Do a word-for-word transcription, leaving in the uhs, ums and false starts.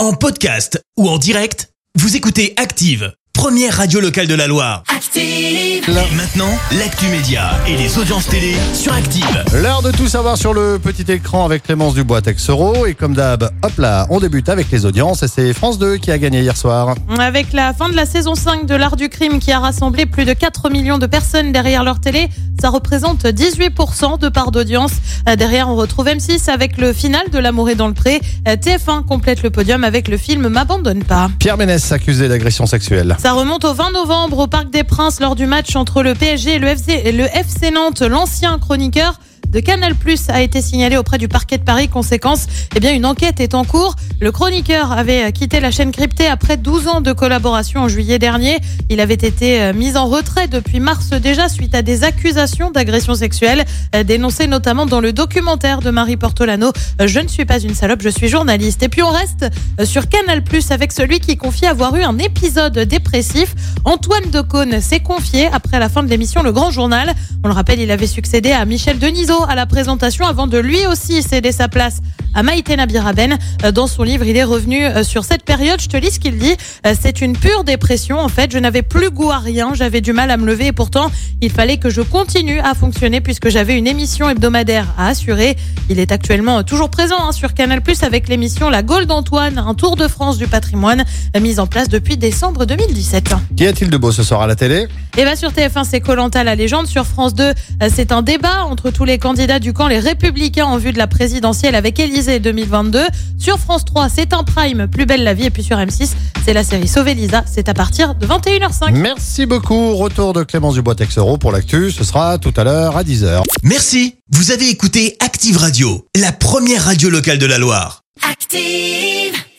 En podcast ou en direct, vous écoutez Active, première radio locale de la Loire. Active! Et maintenant, l'actu média et les audiences télé sur Active. L'heure de tout savoir sur le petit écran avec Clémence Dubois-Texero. Et comme d'hab, hop là, on débute avec les audiences. Et c'est France deux qui a gagné hier soir. Avec la fin de la saison cinq de l'Art du crime qui a rassemblé plus de quatre millions de personnes derrière leur télé, ça représente dix-huit pour cent de part d'audience. Derrière, on retrouve M six avec le final de L'amour est dans le pré. T F un complète le podium avec le film M'abandonne pas. Pierre Ménès accusé d'agression sexuelle. Ça remonte au vingt novembre au Parc des Princes lors du match entre le P S G et le F C, et le F C Nantes. L'ancien chroniqueur de Canal+ a été signalé auprès du parquet de Paris. Conséquence, eh bien, une enquête est en cours. Le chroniqueur avait quitté la chaîne cryptée après douze ans de collaboration en juillet dernier. Il avait été mis en retrait depuis mars déjà suite à des accusations d'agression sexuelle dénoncées notamment dans le documentaire de Marie Portolano. Je ne suis pas une salope, je suis journaliste. Et puis on reste sur Canal+ avec celui qui confie avoir eu un épisode dépressif. Antoine Decaune s'est confié après la fin de l'émission Le Grand Journal. On le rappelle, il avait succédé à Michel Denisot à la présentation avant de lui aussi céder sa place à Maïté Nabiraben. Dans son livre, il est revenu sur cette période. Je te lis ce qu'il dit. C'est une pure dépression. En fait, je n'avais plus goût à rien. J'avais du mal à me lever et pourtant, il fallait que je continue à fonctionner puisque j'avais une émission hebdomadaire à assurer. Il est actuellement toujours présent hein, sur Canal+ avec l'émission La Gaule d'Antoine, un tour de France du patrimoine mise en place depuis décembre deux mille dix-sept. Qu'y a-t-il de beau ce soir à la télé ? Et bien sur T F un, c'est Koh-Lanta la légende. Sur France deux, c'est un débat entre tous les candidats du camp Les Républicains en vue de la présidentielle avec Élysée deux mille vingt-deux. Sur France trois, c'est un prime, Plus belle la vie. Et puis sur M six, c'est la série Sauver Lisa. C'est à partir de vingt et une heures cinq. Merci beaucoup. Retour de Clémence Dubois-Texero pour l'actu. Ce sera tout à l'heure à dix heures. Merci. Vous avez écouté Active Radio, la première radio locale de la Loire. Active!